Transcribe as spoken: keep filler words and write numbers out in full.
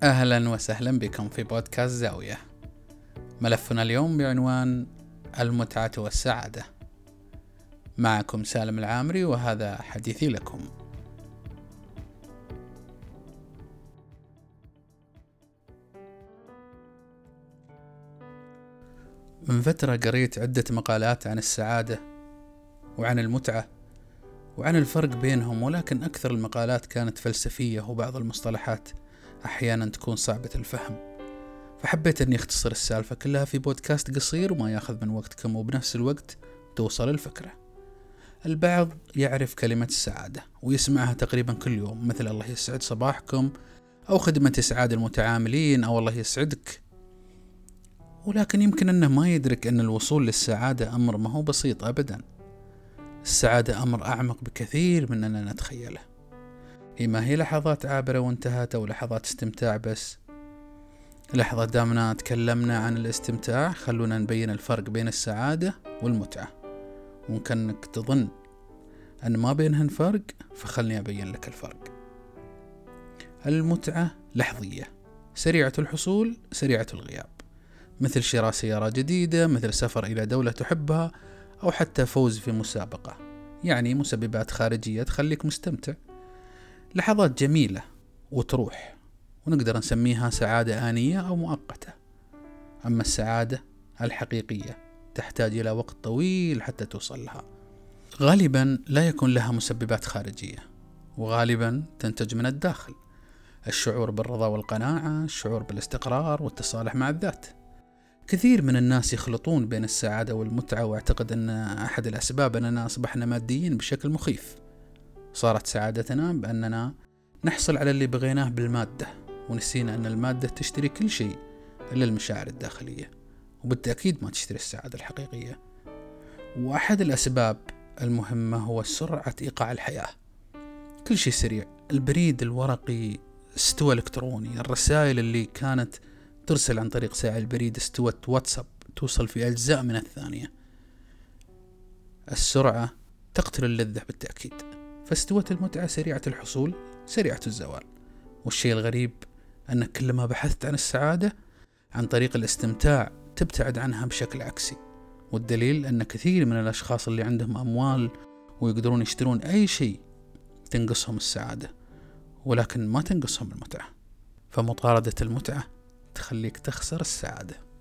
أهلا وسهلا بكم في بودكاست زاوية. ملفنا اليوم بعنوان المتعة والسعادة. معكم سالم العامري وهذا حديثي لكم. من فترة قريت عدة مقالات عن السعادة وعن المتعة وعن الفرق بينهم، ولكن أكثر المقالات كانت فلسفية وبعض المصطلحات أحيانا تكون صعبة الفهم، فحبيت أني أختصر السالفة كلها في بودكاست قصير وما ياخذ من وقتكم وبنفس الوقت توصل الفكرة. البعض يعرف كلمة السعادة ويسمعها تقريبا كل يوم، مثل الله يسعد صباحكم أو خدمة إسعاد المتعاملين أو الله يسعدك، ولكن يمكن أنه ما يدرك أن الوصول للسعادة أمر ما هو بسيط أبدا. السعادة أمر أعمق بكثير من أننا نتخيله. هي ما هي لحظات عابرة وانتهت أو لحظات استمتاع بس. لحظة دامنا تكلمنا عن الاستمتاع، خلونا نبين الفرق بين السعادة والمتعة. ممكن أنك تظن أن ما بينهن فرق، فخلني أبين لك الفرق. المتعة لحظية، سريعة الحصول سريعة الغياب، مثل شراء سيارة جديدة، مثل سفر إلى دولة تحبها، أو حتى فوز في مسابقة، يعني مسببات خارجية تخليك مستمتع. لحظات جميلة وتروح، ونقدر نسميها سعادة آنية أو مؤقتة. أما السعادة الحقيقية تحتاج إلى وقت طويل حتى توصل لها. غالبا لا يكون لها مسببات خارجية، وغالبا تنتج من الداخل: الشعور بالرضا والقناعة، الشعور بالاستقرار والتصالح مع الذات. كثير من الناس يخلطون بين السعادة والمتعة، واعتقد أن أحد الأسباب أننا أصبحنا ماديين بشكل مخيف. صارت سعادتنا بأننا نحصل على اللي بغيناه بالمادة، ونسينا أن المادة تشتري كل شيء إلا المشاعر الداخلية، وبالتأكيد ما تشتري السعادة الحقيقية. وأحد الأسباب المهمة هو سرعة إيقاع الحياة. كل شيء سريع، البريد الورقي استوى إلكتروني، الرسائل اللي كانت ترسل عن طريق ساعة البريد استوت واتساب توصل في أجزاء من الثانية. السرعة تقتل اللذة بالتأكيد، فاستوت المتعة سريعة الحصول سريعة الزوال. والشيء الغريب أنك كلما بحثت عن السعادة عن طريق الاستمتاع تبتعد عنها بشكل عكسي. والدليل أن كثير من الأشخاص اللي عندهم أموال ويقدرون يشترون أي شيء تنقصهم السعادة، ولكن ما تنقصهم المتعة. فمطاردة المتعة تخليك تخسر السعادة.